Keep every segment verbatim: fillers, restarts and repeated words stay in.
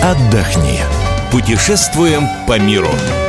отдохни. Путешествуем по миру.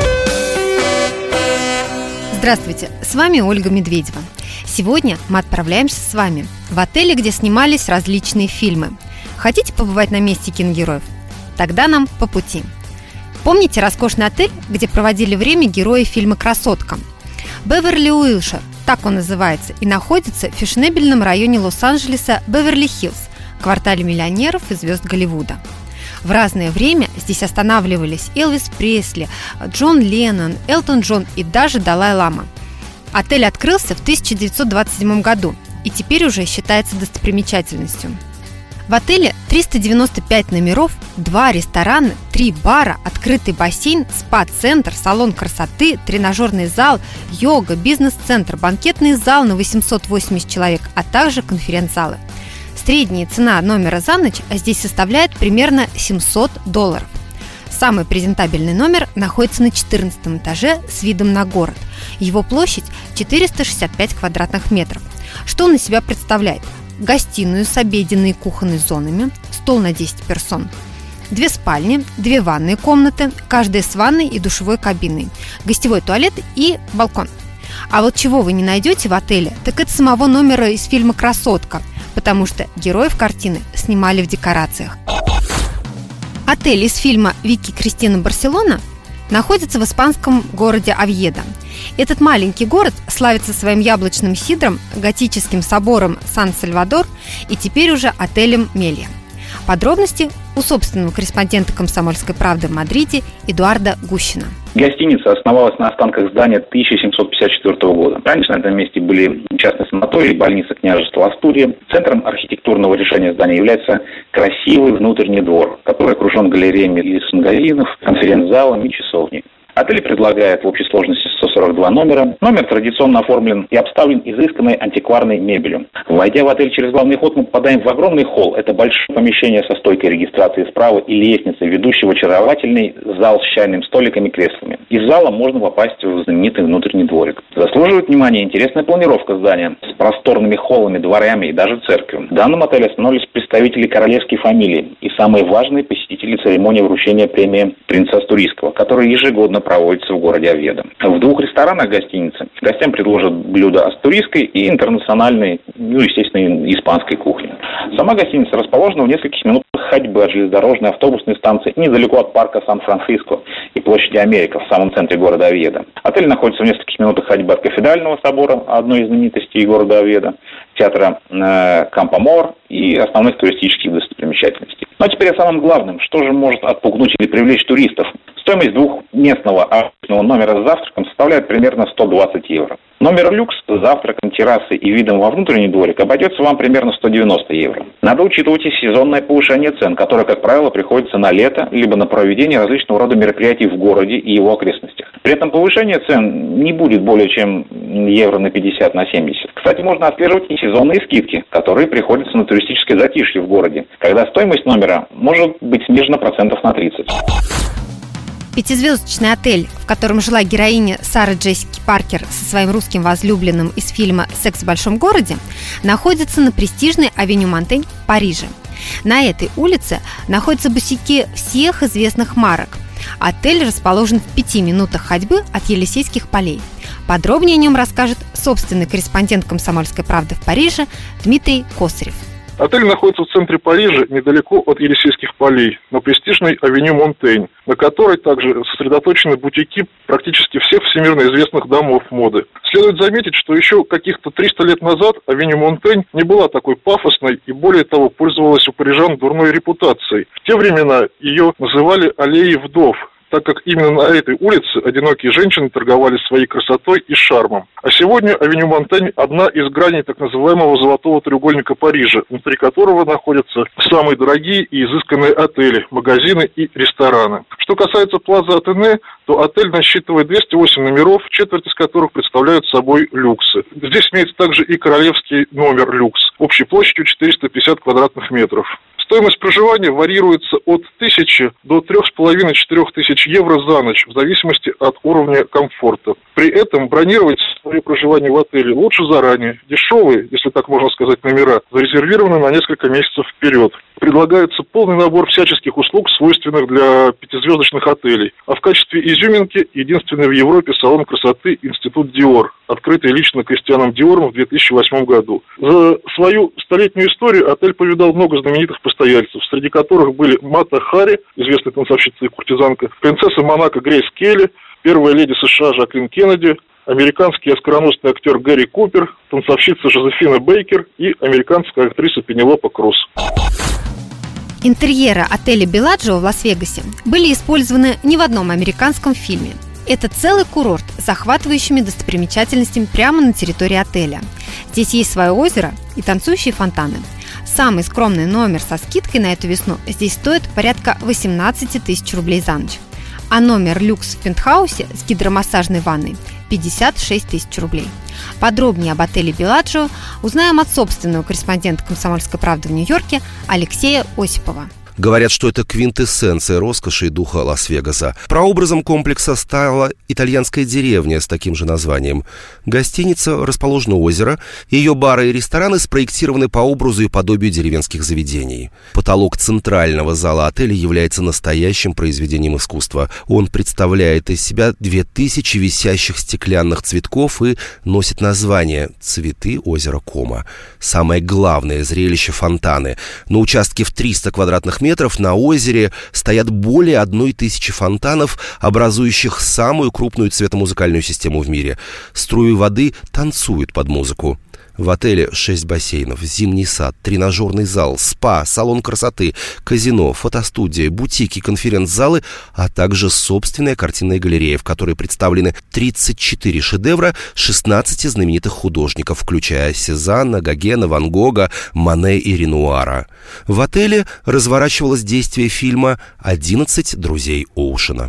Здравствуйте, с вами Ольга Медведева. Сегодня мы отправляемся с вами в отели, где снимались различные фильмы. Хотите побывать на месте киногероев? Тогда нам по пути. Помните роскошный отель, где проводили время герои фильма «Красотка»? Беверли-Уилшир, так он называется, и находится в фешенебельном районе Лос-Анджелеса Беверли-Хиллз, квартале миллионеров и звезд Голливуда. В разное время здесь останавливались Элвис Пресли, Джон Леннон, Элтон Джон и даже Далай-Лама. Отель открылся в тысяча девятьсот двадцать седьмом году и теперь уже считается достопримечательностью. В отеле триста девяносто пять номеров, два ресторана, три бара, открытый бассейн, спа-центр, салон красоты, тренажерный зал, йога, бизнес-центр, банкетный зал на восемьсот восемьдесят человек, а также конференц-залы. Средняя цена номера за ночь здесь составляет примерно семьсот долларов. Самый презентабельный номер находится на четырнадцатом этаже с видом на город. Его площадь четыреста шестьдесят пять квадратных метров. Что он из себя представляет? Гостиную с обеденной и кухонной зонами, стол на десять персон, две спальни, две ванные комнаты, каждая с ванной и душевой кабиной, гостевой туалет и балкон. А вот чего вы не найдете в отеле, так это самого номера из фильма «Красотка», потому что героев картины снимали в декорациях. Отель из фильма «Вики Кристина Барселона» находится в испанском городе Овьедо. Этот маленький город славится своим яблочным сидром, готическим собором Сан-Сальвадор и теперь уже отелем Мелья. Подробности у собственного корреспондента «Комсомольской правды» в Мадриде Эдуарда Гущина. Гостиница основалась на останках здания тысяча семьсот пятьдесят четвёртого года. Раньше на этом месте были частные санатории, больница княжества Астурия. Центром архитектурного решения здания является красивый внутренний двор, который окружен галереями из магазинов, конференц-залом и часовней. Отель предлагает в общей сложности сто сорок два номера. Номер традиционно оформлен и обставлен изысканной антикварной мебелью. Войдя в отель через главный ход, мы попадаем в огромный холл. Это большое помещение со стойкой регистрации справа и лестницей, ведущей в очаровательный зал с чайными столиками и креслами. Из зала можно попасть в знаменитый внутренний дворик. Заслуживает внимания интересная планировка здания с просторными холлами, дворами и даже церковью. В данном отеле остановились представители королевской фамилии и самые важные посетители церемонии вручения премии принца Астурийского, которая ежегодно проводится в городе Овьедо. В двух ресторанах гостиницы гостям предложат блюда астурийской и интернациональной, ну, естественно, испанской кухни. Сама гостиница расположена в нескольких минутах ходьбы от железнодорожной автобусной станции недалеко от парка Сан-Франциско и площади Америка в самом центре города Овьедо. Отель находится в нескольких минутах ходьбы от Кафедрального собора, одной из знаменитостей города Овьедо, театра э, Кампо-Мор и основных туристических достопримечательностей. Ну а теперь о самом главном. Что же может отпугнуть или привлечь туристов? Стоимость двухместного обычного номера с завтраком составляет примерно сто двадцать евро. Номер люкс с завтраком, террасой и видом во внутренний дворик обойдется вам примерно сто девяносто евро. Надо учитывать и сезонное повышение цен, которое, как правило, приходится на лето, либо на проведение различного рода мероприятий в городе и его окрестностях. При этом повышение цен не будет более чем евро на пятьдесят, на семьдесят. Кстати, можно отслеживать и сезонные скидки, которые приходятся на туристическое затишье в городе, когда стоимость номера может быть снижена процентов на тридцать. Пятизвездочный отель, в котором жила героиня Сара Джессики Паркер со своим русским возлюбленным из фильма «Секс в большом городе», находится на престижной авеню Монтень в Париже. На этой улице находятся бутики всех известных марок. Отель расположен в пяти минутах ходьбы от Елисейских полей. Подробнее о нем расскажет собственный корреспондент «Комсомольской правды» в Париже Дмитрий Косарев. Отель находится в центре Парижа, недалеко от Елисейских полей, на престижной авеню Монтень, на которой также сосредоточены бутики практически всех всемирно известных домов моды. Следует заметить, что еще каких-то триста лет назад авеню Монтень не была такой пафосной и, более того, пользовалась у парижан дурной репутацией. В те времена ее называли аллеей вдов, так как именно на этой улице одинокие женщины торговали своей красотой и шармом. А сегодня авеню Монтень – одна из граней так называемого золотого треугольника Парижа, внутри которого находятся самые дорогие и изысканные отели, магазины и рестораны. Что касается Плаза Атене, то отель насчитывает двести восемь номеров, четверть из которых представляют собой люксы. Здесь имеется также и королевский номер люкс, общей площадью четыреста пятьдесят квадратных метров. Стоимость проживания варьируется от тысячи до трех с половиной четырех тысяч евро за ночь, в зависимости от уровня комфорта. При этом бронировать свое проживание в отеле лучше заранее. Дешевые, если так можно сказать, номера зарезервированы на несколько месяцев вперед. Предлагается полный набор всяческих услуг, свойственных для пятизвездочных отелей. А в качестве изюминки единственный в Европе салон красоты «Институт Диор», открытый лично Кристианом Диором в две тысячи восьмом году. За свою столетнюю историю отель повидал много знаменитых постояльцев, среди которых были Мата Хари, известная танцовщица и куртизанка, принцесса Монако Грейс Келли, первая леди США Жаклин Кеннеди, американский оскароносный актер Гэри Купер, танцовщица Жозефина Бейкер и американская актриса Пенелопа Крус. Интерьеры отеля Белладжио в Лас-Вегасе были использованы не в одном американском фильме. Это целый курорт с захватывающими достопримечательностями прямо на территории отеля. Здесь есть свое озеро и танцующие фонтаны. Самый скромный номер со скидкой на эту весну здесь стоит порядка восемнадцать тысяч рублей за ночь. А номер люкс в пентхаусе с гидромассажной ванной – пятьдесят шесть тысяч рублей. Подробнее об отеле Белладжио узнаем от собственного корреспондента «Комсомольской правды» в Нью-Йорке Алексея Осипова. Говорят, что это квинтэссенция роскоши и духа Лас-Вегаса. Прообразом комплекса стала итальянская деревня с таким же названием. Гостиница расположена у озера, ее бары и рестораны спроектированы по образу и подобию деревенских заведений. Потолок центрального зала отеля является настоящим произведением искусства. Он представляет из себя две тысячи висящих стеклянных цветков и носит название «Цветы озера Кома». Самое главное зрелище – фонтаны. На участке в триста квадратных метров на озере стоят более одной тысячи фонтанов, образующих самую крупную цветомузыкальную систему в мире. Струи воды танцуют под музыку. В отеле шесть бассейнов, зимний сад, тренажерный зал, спа, салон красоты, казино, фотостудия, бутики, конференц-залы, а также собственная картинная галерея, в которой представлены тридцать четыре шедевра шестнадцати знаменитых художников, включая Сезанна, Гогена, Ван Гога, Мане и Ренуара. В отеле разворачивалось действие фильма «одиннадцать друзей Оушена».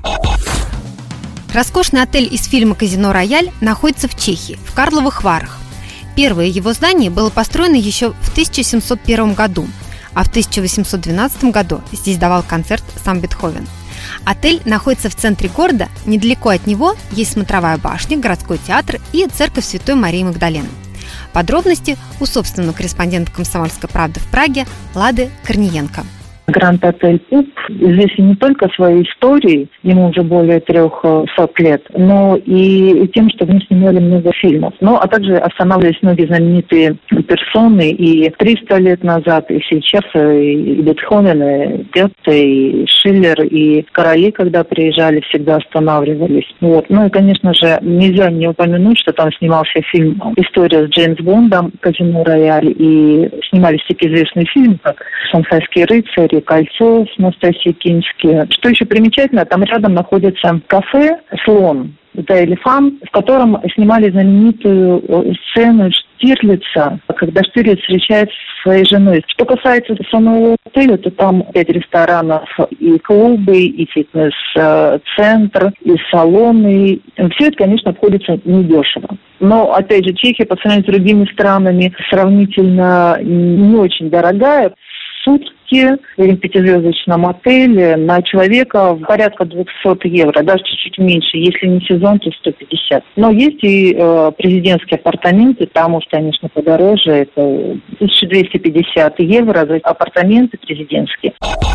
Роскошный отель из фильма «Казино Рояль» находится в Чехии, в Карловых Варах. Первое его здание было построено еще в тысяча семьсот первом году, а в тысяча восемьсот двенадцатом году здесь давал концерт сам Бетховен. Отель находится в центре города, недалеко от него есть смотровая башня, городской театр и церковь Святой Марии Магдалены. Подробности у собственного корреспондента «Комсомольской правды» в Праге Лады Корниенко. Гранд-отель Пуп известен не только своей историей, ему уже более трехсот лет, но и тем, что в нем снимали много фильмов. Ну, а также останавливались многие знаменитые персоны и триста лет назад, и сейчас, и Бетховен, и Гёте, и Шиллер, и короли, когда приезжали, всегда останавливались. Вот. Ну и, конечно же, нельзя не упомянуть, что там снимался фильм «История с Джеймс Бондом», «Казино Рояль», и снимались такие известные фильмы, как «Шанхайский рыцарь», «Кольцо» с Настасьей Кински. Что еще примечательно, там рядом находится кафе «Слон», это «Элефант», в котором снимали знаменитую сцену Штирлица, когда Штирлиц встречается со своей женой. Что касается самого отеля, то там пять ресторанов, и клубы, и фитнес-центр, и салоны. Все это, конечно, обходится недешево. Но, опять же, Чехия по сравнению с другими странами сравнительно не очень дорогая. Сутки в пятизвездочном отеле на человека порядка двести евро, даже чуть-чуть меньше. Если не сезон, то сто пятьдесят. Но есть и э, президентские апартаменты, там уж, конечно, подороже. Это тысяча двести пятьдесят евро за апартаменты президентские.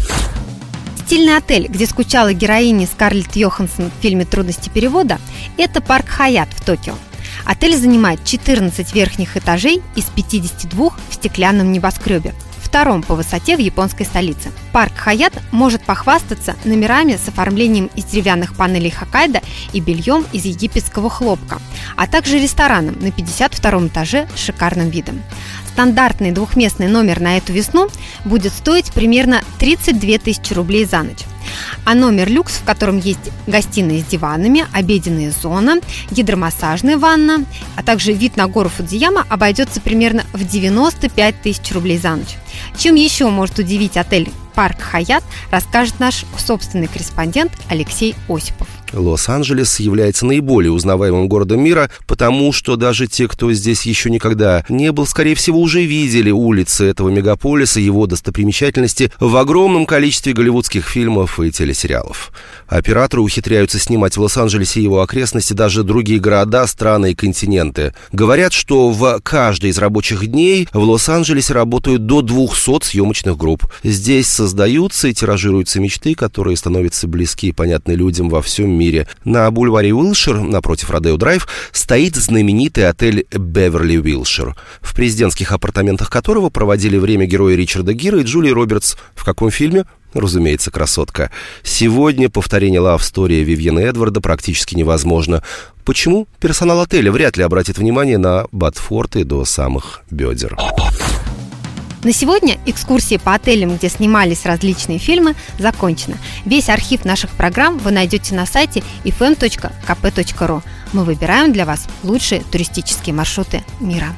Стильный отель, где скучала героиня Скарлетт Йоханссон в фильме «Трудности перевода», это парк Хаятт в Токио. Отель занимает четырнадцать верхних этажей из пятидесяти двух в стеклянном небоскребе, втором по высоте в японской столице. Парк Хаятт может похвастаться номерами с оформлением из деревянных панелей Хоккайдо и бельем из египетского хлопка, а также рестораном на пятьдесят втором этаже с шикарным видом. Стандартный двухместный номер на эту весну будет стоить примерно тридцать две тысячи рублей за ночь. А номер люкс, в котором есть гостиная с диванами, обеденная зона, гидромассажная ванна, а также вид на гору Фудзияма, обойдется примерно в девяносто пять тысяч рублей за ночь. Чем еще может удивить отель «Парк Хаятт», расскажет наш собственный корреспондент Алексей Осипов. Лос-Анджелес является наиболее узнаваемым городом мира, потому что даже те, кто здесь еще никогда не был, скорее всего, уже видели улицы этого мегаполиса, его достопримечательности в огромном количестве голливудских фильмов и телесериалов. Операторы ухитряются снимать в Лос-Анджелесе и его окрестности даже другие города, страны и континенты. Говорят, что в каждый из рабочих дней в Лос-Анджелесе работают до двухсот съемочных групп. Здесь создаются и тиражируются мечты, которые становятся близки и понятны людям во всем мире. мире. На бульваре Уилшир, напротив Родео Драйв, стоит знаменитый отель «Беверли Уилшир», в президентских апартаментах которого проводили время герои Ричарда Гира и Джулии Робертс. В каком фильме? Разумеется, «Красотка». Сегодня повторение лав-стори Вивьена Эдварда практически невозможно. Почему? Персонал отеля вряд ли обратит внимание на ботфорты до самых бедер. На сегодня экскурсии по отелям, где снимались различные фильмы, закончена. Весь архив наших программ вы найдете на сайте эф эм точка ка пэ точка ру. Мы выбираем для вас лучшие туристические маршруты мира.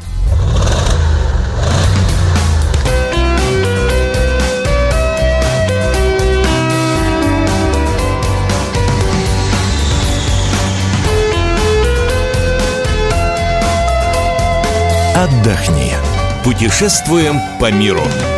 Отдохни. Путешествуем по миру.